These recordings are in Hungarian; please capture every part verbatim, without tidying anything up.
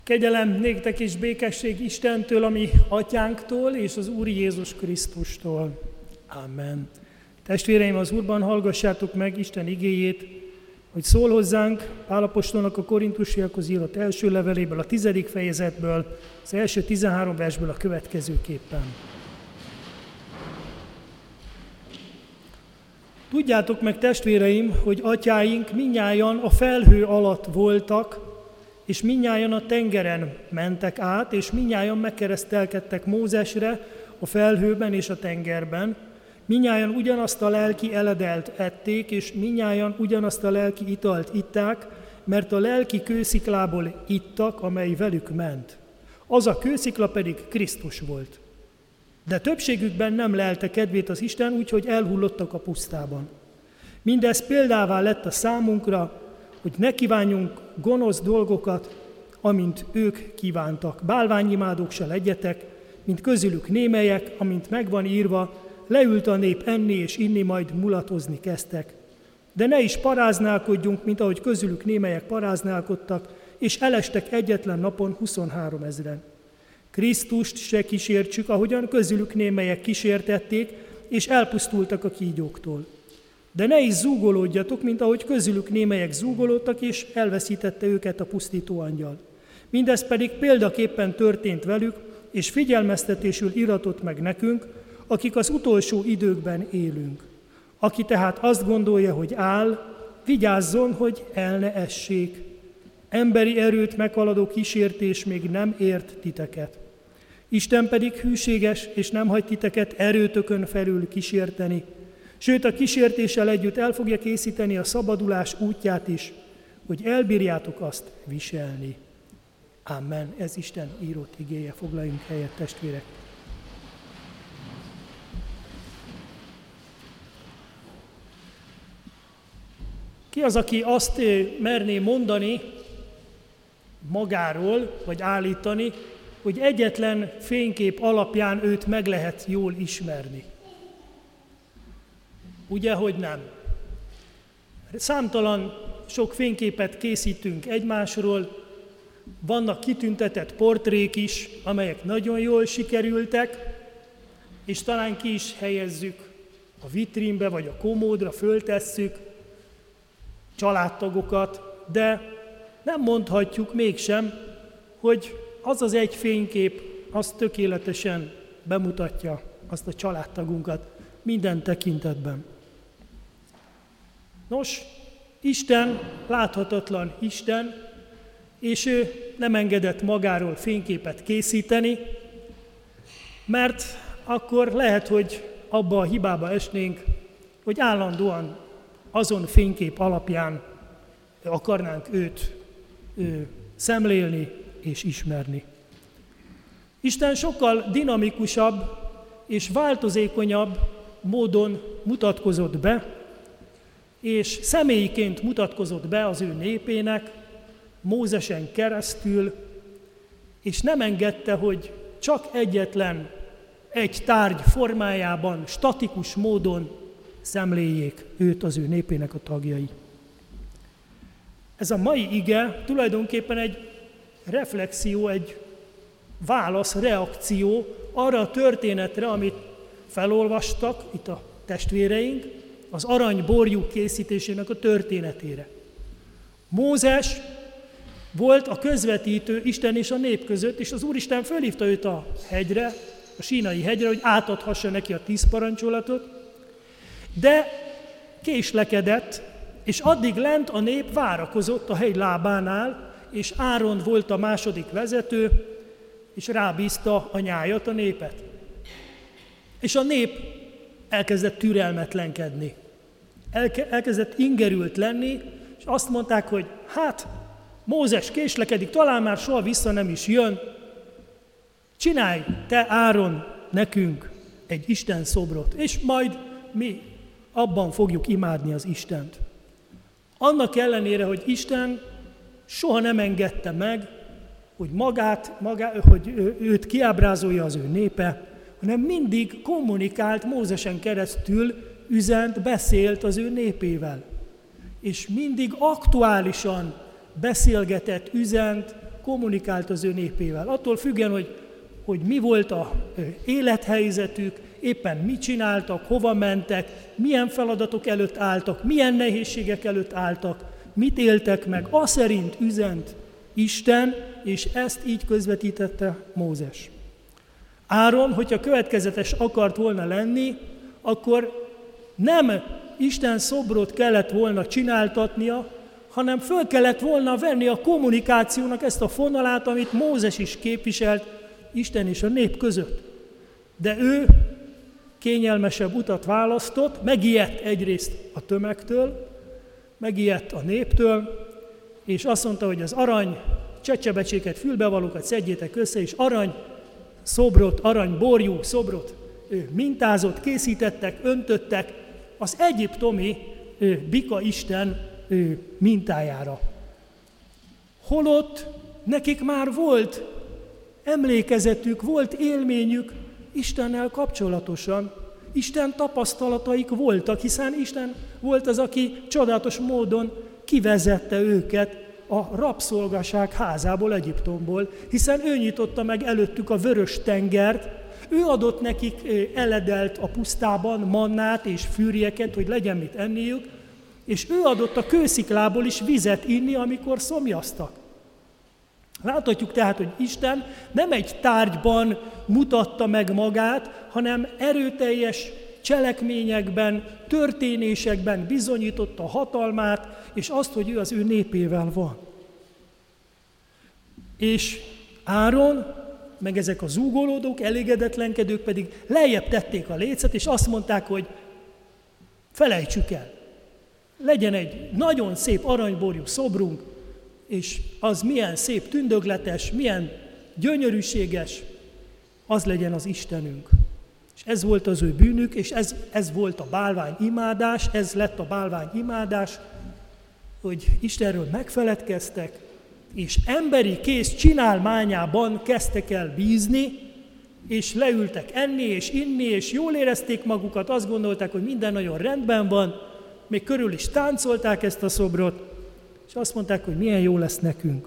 Kegyelem néktek és békesség Istentől, ami atyánktól és az Úr Jézus Krisztustól. Amen. Testvéreim, az Úrban hallgassátok meg Isten igéjét, hogy szól hozzánk Pál apostolnak a korintusiakhoz írott első leveléből, a tizedik fejezetből, az első tizenhárom versből a következőképpen. Tudjátok meg, testvéreim, hogy atyáink mindnyájan a felhő alatt voltak, és mindnyájan a tengeren mentek át, és mindnyájan megkeresztelkedtek Mózesre a felhőben és a tengerben. Mindnyájan ugyanazt a lelki eledelt ették, és mindnyájan ugyanazt a lelki italt itták, mert a lelki kősziklából ittak, amely velük ment. Az a kőszikla pedig Krisztus volt. De többségükben nem lelte kedvét az Isten, úgyhogy elhullottak a pusztában. Mindez példává lett a számunkra, hogy ne kívánjunk gonosz dolgokat, amint ők kívántak. Bálványimádók se legyetek, mint közülük némelyek, amint megvan írva, leült a nép enni és inni, majd mulatozni kezdtek. De ne is paráználkodjunk, mint ahogy közülük némelyek paráználkodtak, és elestek egyetlen napon huszonhárom ezren. Krisztust se kísértsük, ahogyan közülük némelyek kísértették, és elpusztultak a kígyóktól. De ne is zúgolódjatok, mint ahogy közülük némelyek zúgolódtak, és elveszítette őket a pusztító angyal. Mindez pedig példaképpen történt velük, és figyelmeztetésül iratott meg nekünk, akik az utolsó időkben élünk. Aki tehát azt gondolja, hogy áll, vigyázzon, hogy el ne essék. Emberi erőt meghaladó kísértés még nem ért titeket. Isten pedig hűséges, és nem hagy titeket erőtökön felül kísérteni, sőt a kísértéssel együtt el fogja készíteni a szabadulás útját is, hogy elbírjátok azt viselni. Amen. Ez Isten írott igéje. Foglaljunk helyet, testvérek. Ki az, aki azt merné mondani magáról, vagy állítani, hogy egyetlen fénykép alapján őt meg lehet jól ismerni? Ugye, hogy nem. Számtalan sok fényképet készítünk egymásról, vannak kitüntetett portrék is, amelyek nagyon jól sikerültek, és talán ki is helyezzük a vitrínbe, vagy a komódra, föltesszük családtagokat, de nem mondhatjuk mégsem, hogy az az egy fénykép, az tökéletesen bemutatja azt a családtagunkat minden tekintetben. Nos, Isten láthatatlan Isten, és ő nem engedett magáról fényképet készíteni, mert akkor lehet, hogy abba a hibába esnénk, hogy állandóan azon fénykép alapján akarnánk őt ő, szemlélni és ismerni. Isten sokkal dinamikusabb és változékonyabb módon mutatkozott be, és személyiként mutatkozott be az ő népének, Mózesen keresztül, és nem engedte, hogy csak egyetlen egy tárgy formájában, statikus módon szemléljék őt az ő népének a tagjai. Ez a mai ige tulajdonképpen egy reflexió, egy válasz, reakció arra a történetre, amit felolvastak itt a testvéreink, az aranyborjú készítésének a történetére. Mózes volt a közvetítő Isten és a nép között, és az Úristen fölhívta őt a hegyre, a Sínai hegyre, hogy átadhassa neki a tíz parancsolatot, de késlekedett, és addig lent a nép várakozott a hegy lábánál, és Áron volt a második vezető, és rábízta a nyájat, a népet. És a nép elkezdett türelmetlenkedni. Elke- elkezdett ingerült lenni, és azt mondták, hogy hát, Mózes késlekedik, talán már soha vissza nem is jön. Csinálj te, Áron, nekünk egy Isten szobrot, és majd mi abban fogjuk imádni az Istent. Annak ellenére, hogy Isten soha nem engedte meg, hogy magát, magá, hogy őt kiábrázolja az ő népe, hanem mindig kommunikált Mózesen keresztül, üzent, beszélt az ő népével. És mindig aktuálisan beszélgetett, üzent kommunikált az ő népével. Attól függően, hogy, hogy mi volt az élethelyzetük, éppen mit csináltak, hova mentek, milyen feladatok előtt álltak, milyen nehézségek előtt álltak, mit éltek meg, az szerint üzent Isten, és ezt így közvetítette Mózes. Áron, hogyha következetes akart volna lenni, akkor nem Isten szobrot kellett volna csináltatnia, hanem föl kellett volna venni a kommunikációnak ezt a fonalát, amit Mózes is képviselt Isten és a nép között. De ő kényelmesebb utat választott, megijedt egyrészt a tömegtől, megijedt a néptől, és azt mondta, hogy az arany csecsebecséket, fülbevalókat szedjétek össze, és arany szobrot, arany borjú szobrot ő, mintázott, készítettek, öntöttek az egyiptomi ő, Bika Isten ő, mintájára. Holott nekik már volt emlékezetük, volt élményük Istennel kapcsolatosan. Isten tapasztalataik voltak, hiszen Isten volt az, aki csodálatos módon kivezette őket a rabszolgaság házából, Egyiptomból, hiszen ő nyitotta meg előttük a vörös tengert, ő adott nekik eledelt a pusztában mannát és fűrjeket, hogy legyen mit enniük, és ő adott a kősziklából is vizet inni, amikor szomjaztak. Láthatjuk tehát, hogy Isten nem egy tárgyban mutatta meg magát, hanem erőteljes cselekményekben, történésekben bizonyította hatalmát, és azt, hogy ő az ő népével van. És Áron, meg ezek a zúgolódók, elégedetlenkedők pedig lejjebb tették a lécet, és azt mondták, hogy felejtsük el. Legyen egy nagyon szép aranyborjú szobrunk, és az milyen szép, tündögletes, milyen gyönyörűséges, az legyen az Istenünk. És ez volt az ő bűnük, és ez, ez volt a bálvány imádás, ez lett a bálvány imádás, hogy Istenről megfeledkeztek, és emberi kéz csinálmányában kezdtek el bízni, és leültek enni és inni, és jól érezték magukat, azt gondolták, hogy minden nagyon rendben van, még körül is táncolták ezt a szobrot, és azt mondták, hogy milyen jó lesz nekünk.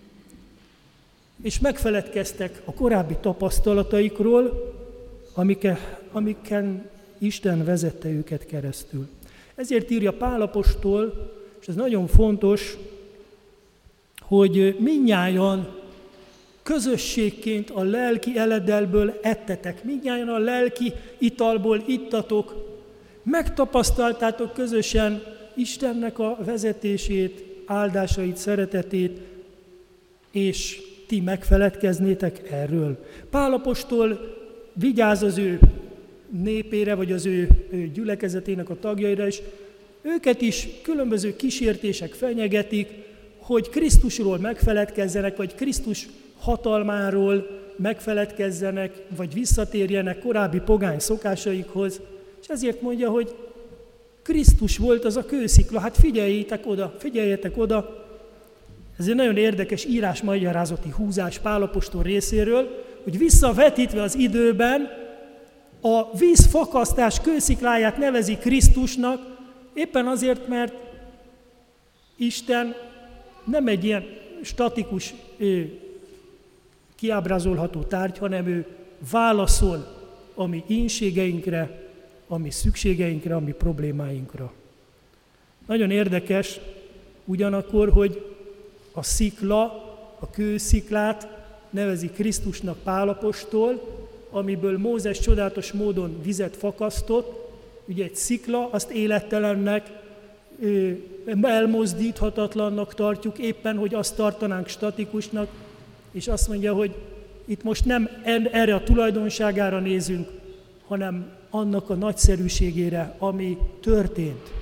És megfeledkeztek a korábbi tapasztalataikról, amiken, amiken Isten vezette őket keresztül. Ezért írja Pál apostol, és ez nagyon fontos, hogy mindnyájan közösségként a lelki eledelből ettetek, mindnyájan a lelki italból ittatok, megtapasztaltátok közösen Istennek a vezetését, áldásait, szeretetét, és ti megfeledkeznétek erről. Pál apostol vigyáz az ő népére, vagy az ő gyülekezetének a tagjaira is, őket is különböző kísértések fenyegetik, hogy Krisztusról megfeledkezzenek, vagy Krisztus hatalmáról megfeledkezzenek, vagy visszatérjenek korábbi pogány szokásaikhoz, és ezért mondja, hogy Krisztus volt az a kőszikla, hát figyeljétek oda, figyeljetek oda. Ez egy nagyon érdekes írásmagyarázati húzás Pál apostol részéről, hogy visszavetítve az időben a vízfakasztás kőszikláját nevezi Krisztusnak, éppen azért, mert Isten nem egy ilyen statikus, ő, kiábrázolható tárgy, hanem ő válaszol a mi ínségeinkre, a mi szükségeinkre, a mi problémáinkra. Nagyon érdekes ugyanakkor, hogy a szikla, a kősziklát nevezi Krisztusnak Pál apostol, amiből Mózes csodálatos módon vizet fakasztott. Ugye egy szikla, azt élettelennek, elmozdíthatatlannak tartjuk, éppen, hogy azt tartanánk statikusnak, és azt mondja, hogy itt most nem erre a tulajdonságára nézünk, hanem annak a nagyszerűségére, ami történt.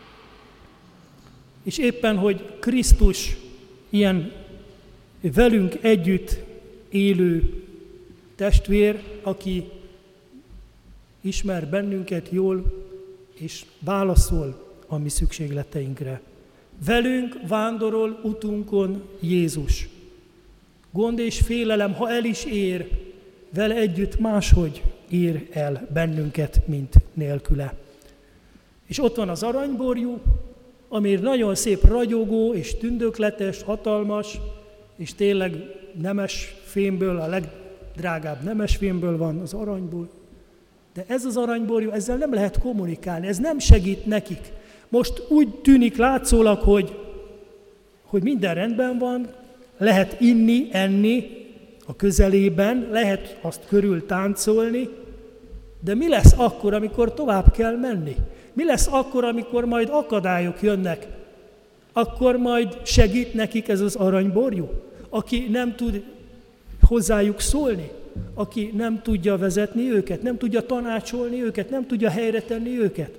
És éppen, hogy Krisztus ilyen velünk együtt élő testvér, aki ismer bennünket jól, és válaszol a mi szükségleteinkre. Velünk vándorol utunkon Jézus. Gond és félelem, ha el is ér, vele együtt máshogy ér el bennünket, mint nélküle. És ott van az aranyborjú, ami nagyon szép ragyogó és tündökletes, hatalmas, és tényleg nemes fémből, a legdrágább nemes fémből van, az aranyból. De ez az aranyborjú, ezzel nem lehet kommunikálni, ez nem segít nekik. Most úgy tűnik látszólag, hogy, hogy minden rendben van, lehet inni, enni a közelében, lehet azt körül táncolni, de mi lesz akkor, amikor tovább kell menni? Mi lesz akkor, amikor majd akadályok jönnek? Akkor majd segít nekik ez az aranyborjú, aki nem tud hozzájuk szólni, aki nem tudja vezetni őket, nem tudja tanácsolni őket, nem tudja helyre tenni őket.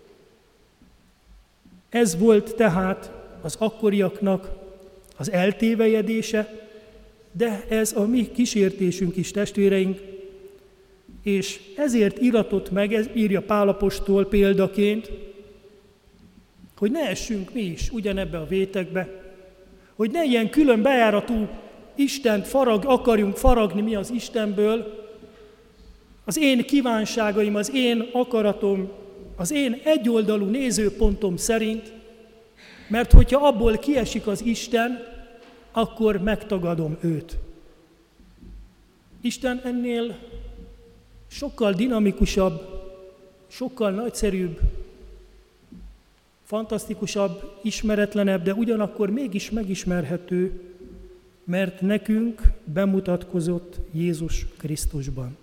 Ez volt tehát az akkoriaknak az eltévejedése, de ez a mi kísértésünk is, testvéreink, és ezért iratott meg, ez írja Pál apostol példaként, hogy ne essünk mi is ugyanebbe a vétekbe, hogy ne ilyen külön bejáratú Istent farag, akarjunk faragni mi az Istenből, az én kívánságaim, az én akaratom, az én egyoldalú nézőpontom szerint, mert hogyha abból kiesik az Isten, akkor megtagadom őt. Isten ennél sokkal dinamikusabb, sokkal nagyszerűbb, fantasztikusabb, ismeretlenebb, de ugyanakkor mégis megismerhető, mert nekünk bemutatkozott Jézus Krisztusban.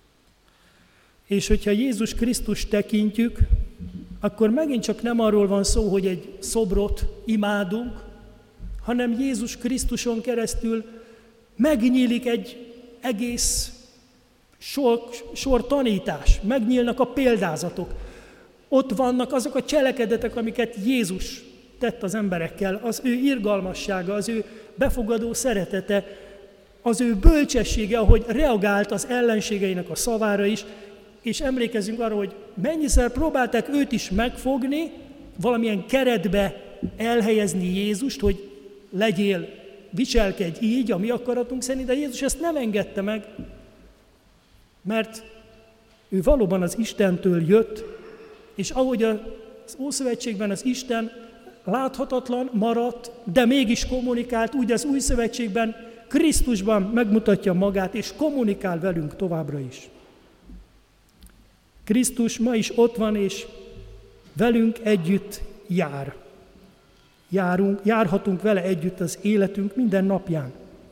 És hogyha Jézus Krisztust tekintjük, akkor megint csak nem arról van szó, hogy egy szobrot imádunk, hanem Jézus Krisztuson keresztül megnyílik egy egész sor, sor tanítás, megnyílnak a példázatok. Ott vannak azok a cselekedetek, amiket Jézus tett az emberekkel, az ő irgalmassága, az ő befogadó szeretete, az ő bölcsessége, ahogy reagált az ellenségeinek a szavára is, és emlékezzünk arra, hogy mennyiszer próbálták őt is megfogni, valamilyen keretbe elhelyezni Jézust, hogy legyél, viselkedj így, a mi akaratunk szerint, de Jézus ezt nem engedte meg, mert ő valóban az Istentől jött, és ahogy az Ószövetségben az Isten láthatatlan maradt, de mégis kommunikált, úgy az Új Szövetségben Krisztusban megmutatja magát, és kommunikál velünk továbbra is. Krisztus ma is ott van, és velünk együtt jár. Járunk, járhatunk vele együtt az életünk minden napján.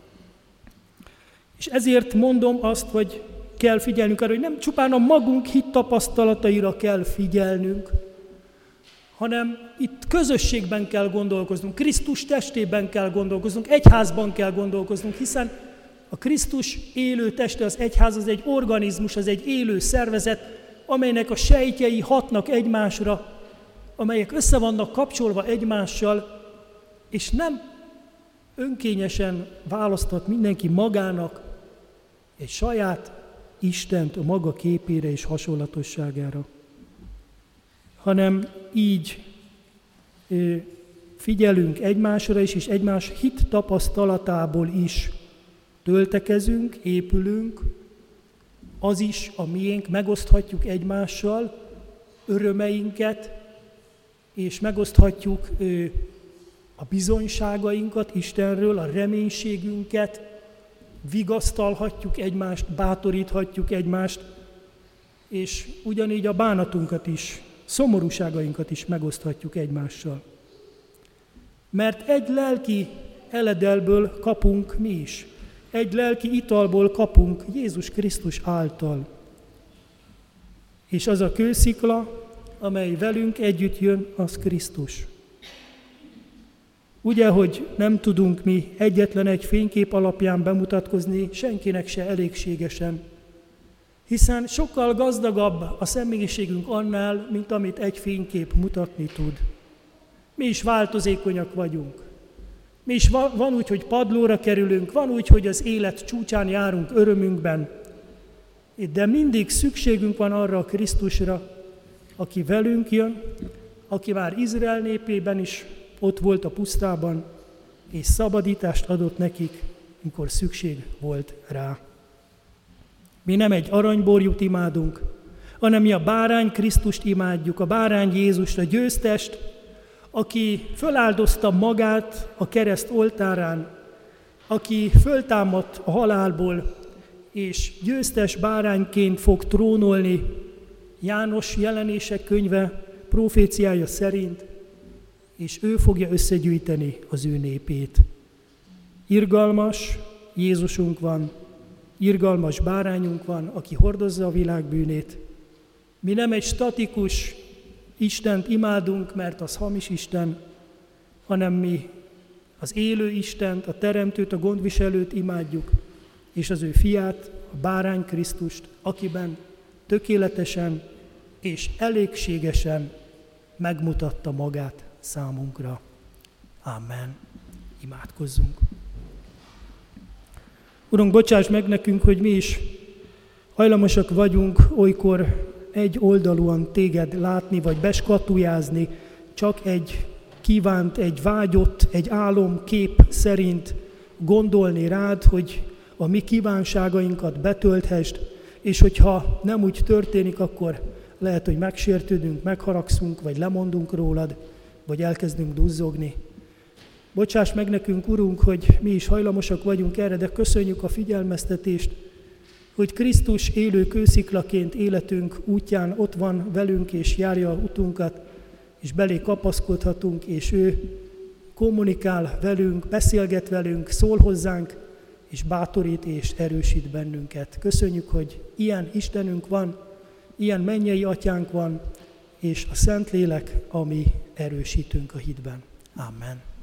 És ezért mondom azt, hogy kell figyelnünk arra, hogy nem csupán a magunk hit tapasztalataira kell figyelnünk, hanem itt közösségben kell gondolkoznunk, Krisztus testében kell gondolkoznunk, egyházban kell gondolkoznunk, hiszen a Krisztus élő teste, az egyház, az egy organizmus, az egy élő szervezet, amelynek a sejtjei hatnak egymásra, amelyek össze vannak kapcsolva egymással, és nem önkényesen választhat mindenki magának egy saját Istent a maga képére és hasonlatosságára, hanem így figyelünk egymásra is, és egymás hit tapasztalatából is töltekezünk, épülünk, az is a miénk, megoszthatjuk egymással örömeinket, és megoszthatjuk a bizonyságainkat Istenről, a reménységünket, vigasztalhatjuk egymást, bátoríthatjuk egymást, és ugyanígy a bánatunkat is, szomorúságainkat is megoszthatjuk egymással. Mert egy lelki eledelből kapunk mi is. Egy lelki italból kapunk Jézus Krisztus által. És az a kőszikla, amely velünk együtt jön, az Krisztus. Ugye, hogy nem tudunk mi egyetlen egy fénykép alapján bemutatkozni senkinek se elégségesen, hiszen sokkal gazdagabb a személyiségünk annál, mint amit egy fénykép mutatni tud. Mi is változékonyak vagyunk. Mi is van, van úgy, hogy padlóra kerülünk, van úgy, hogy az élet csúcsán járunk örömünkben, de mindig szükségünk van arra a Krisztusra, aki velünk jön, aki már Izrael népében is ott volt a pusztában, és szabadítást adott nekik, mikor szükség volt rá. Mi nem egy aranyborjút imádunk, hanem mi a bárány Krisztust imádjuk, a bárány Jézust, a győztest, aki föláldozta magát a kereszt oltárán, aki föltámadt a halálból, és győztes bárányként fog trónolni, János jelenések könyve proféciája szerint, és ő fogja összegyűjteni az ő népét. Irgalmas Jézusunk van, irgalmas bárányunk van, aki hordozza a világ bűnét. Mi nem egy statikus Istent imádunk, mert az hamis Isten, hanem mi az élő Istent, a Teremtőt, a gondviselőt imádjuk, és az ő fiát, a bárány Krisztust, akiben tökéletesen és elégségesen megmutatta magát számunkra. Amen. Imádkozzunk. Urunk, bocsáss meg nekünk, hogy mi is hajlamosak vagyunk olykor egy oldalúan téged látni, vagy beskatujázni, csak egy kívánt, egy vágyott, egy álomkép szerint gondolni rád, hogy a mi kívánságainkat betölthesd, és hogyha nem úgy történik, akkor lehet, hogy megsértődünk, megharagszunk, vagy lemondunk rólad, vagy elkezdünk duzzogni. Bocsáss meg nekünk, Urunk, hogy mi is hajlamosak vagyunk erre, de köszönjük a figyelmeztetést, hogy Krisztus élő kősziklaként életünk útján ott van velünk, és járja a utunkat, és belé kapaszkodhatunk, és ő kommunikál velünk, beszélget velünk, szól hozzánk, és bátorít és erősít bennünket. Köszönjük, hogy ilyen Istenünk van, ilyen mennyei Atyánk van, és a Szentlélek, ami erősítünk a hitben. Amen.